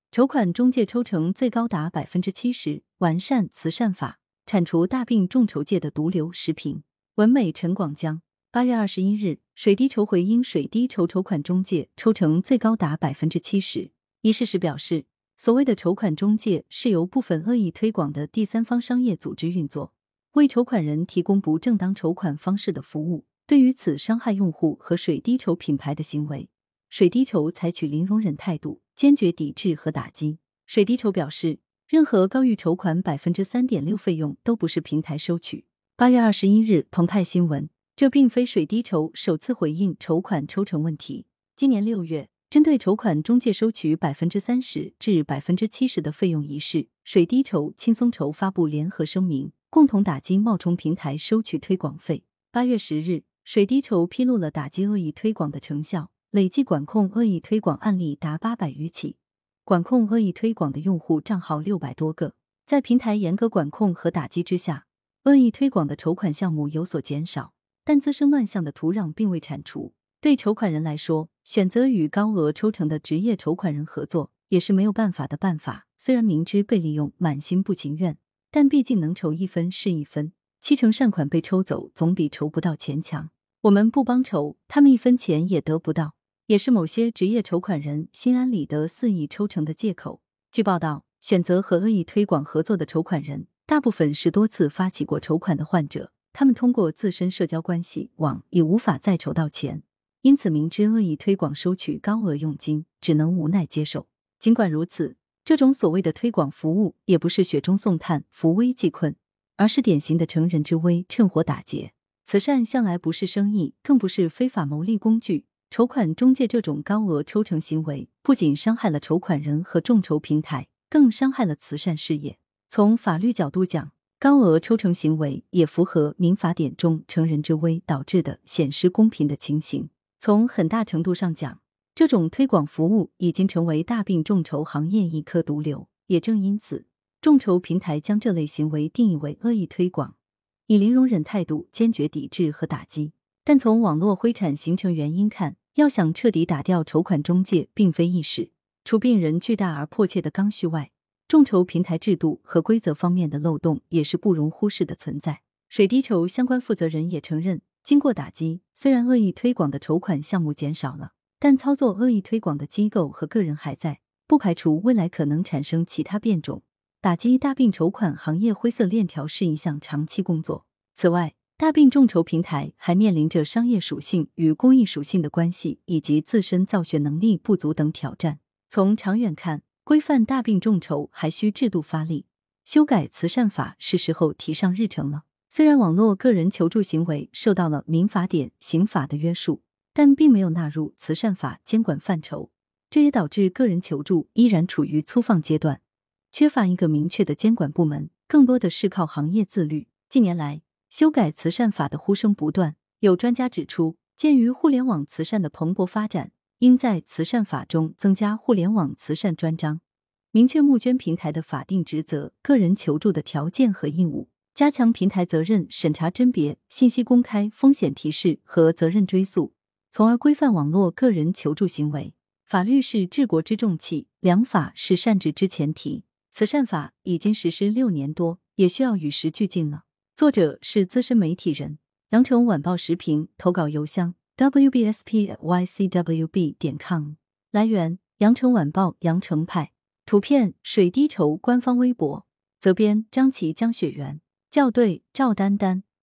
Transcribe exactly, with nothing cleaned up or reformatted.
筹款中介抽成最高达 百分之七十， 完善慈善法，铲除大病众筹界的毒瘤。时评文美陈广江。八月二十一日，水滴筹回应水滴筹筹款中介抽成最高达 百分之七十。一事实表示，所谓的筹款中介是由部分恶意推广的第三方商业组织运作，为筹款人提供不正当筹款方式的服务。对于此伤害用户和水滴筹品牌的行为，水滴筹采取零容忍态度，坚决抵制和打击。水滴筹表示，任何高于筹款 百分之三点六 费用都不是平台收取。八月二十一日，澎湃新闻。这并非水滴筹首次回应筹款抽成问题。今年六月，针对筹款中介收取 百分之三十 至 百分之七十 的费用一事，水滴筹、轻松筹发布联合声明，共同打击冒充平台收取推广费。八月十日，水滴筹披露了打击恶意推广的成效，累计管控恶意推广案例达八百余起，管控恶意推广的用户账号六百多个。在平台严格管控和打击之下，恶意推广的筹款项目有所减少，但滋生乱象的土壤并未铲除。对筹款人来说，选择与高额抽成的职业筹款人合作也是没有办法的办法。虽然明知被利用，满心不情愿，但毕竟能筹一分是一分，七成善款被抽走总比筹不到钱强。我们不帮筹，他们一分钱也得不到，也是某些职业筹款人心安理得肆意抽成的借口。据报道，选择和恶意推广合作的筹款人大部分是多次发起过筹款的患者，他们通过自身社交关系网已无法再筹到钱，因此明知恶意推广收取高额佣金，只能无奈接受。尽管如此，这种所谓的推广服务也不是雪中送炭、扶危济困，而是典型的乘人之危、趁火打劫。慈善向来不是生意，更不是非法牟利工具。筹款中介这种高额抽成行为，不仅伤害了筹款人和众筹平台，更伤害了慈善事业。从法律角度讲，高额抽成行为也符合民法典中乘人之危导致的显失公平的情形。从很大程度上讲，这种推广服务已经成为大病众筹行业一颗毒瘤。也正因此，众筹平台将这类行为定义为恶意推广，以零容忍态度坚决抵制和打击。但从网络灰产形成原因看，要想彻底打掉筹款中介并非易事。除病人巨大而迫切的刚需外，众筹平台制度和规则方面的漏洞也是不容忽视的存在。水滴筹相关负责人也承认，经过打击，虽然恶意推广的筹款项目减少了，但操作恶意推广的机构和个人还在，不排除未来可能产生其他变种。打击大病筹款行业灰色链条是一项长期工作。此外，大病众筹平台还面临着商业属性与公益属性的关系，以及自身造血能力不足等挑战。从长远看，规范大病众筹还需制度发力，修改慈善法是时候提上日程了。虽然网络个人求助行为受到了民法典、刑法的约束，但并没有纳入慈善法监管范畴，这也导致个人求助依然处于粗放阶段，缺乏一个明确的监管部门，更多的是靠行业自律。近年来，修改慈善法的呼声不断，有专家指出，鉴于互联网慈善的蓬勃发展，应在慈善法中增加互联网慈善专章，明确募捐平台的法定职责、个人求助的条件和义务，加强平台责任审查甄别、信息公开、风险提示和责任追溯，从而规范网络个人求助行为。法律是治国之重器，良法是善治之前提。慈善法已经实施六年多，也需要与时俱进了。作者是资深媒体人，羊城晚报时评，投稿邮箱 w b s p at y c w b 点 com。 来源羊城晚报羊城派，图片水滴筹官方微博，责编张琪江雪源，校对赵丹丹。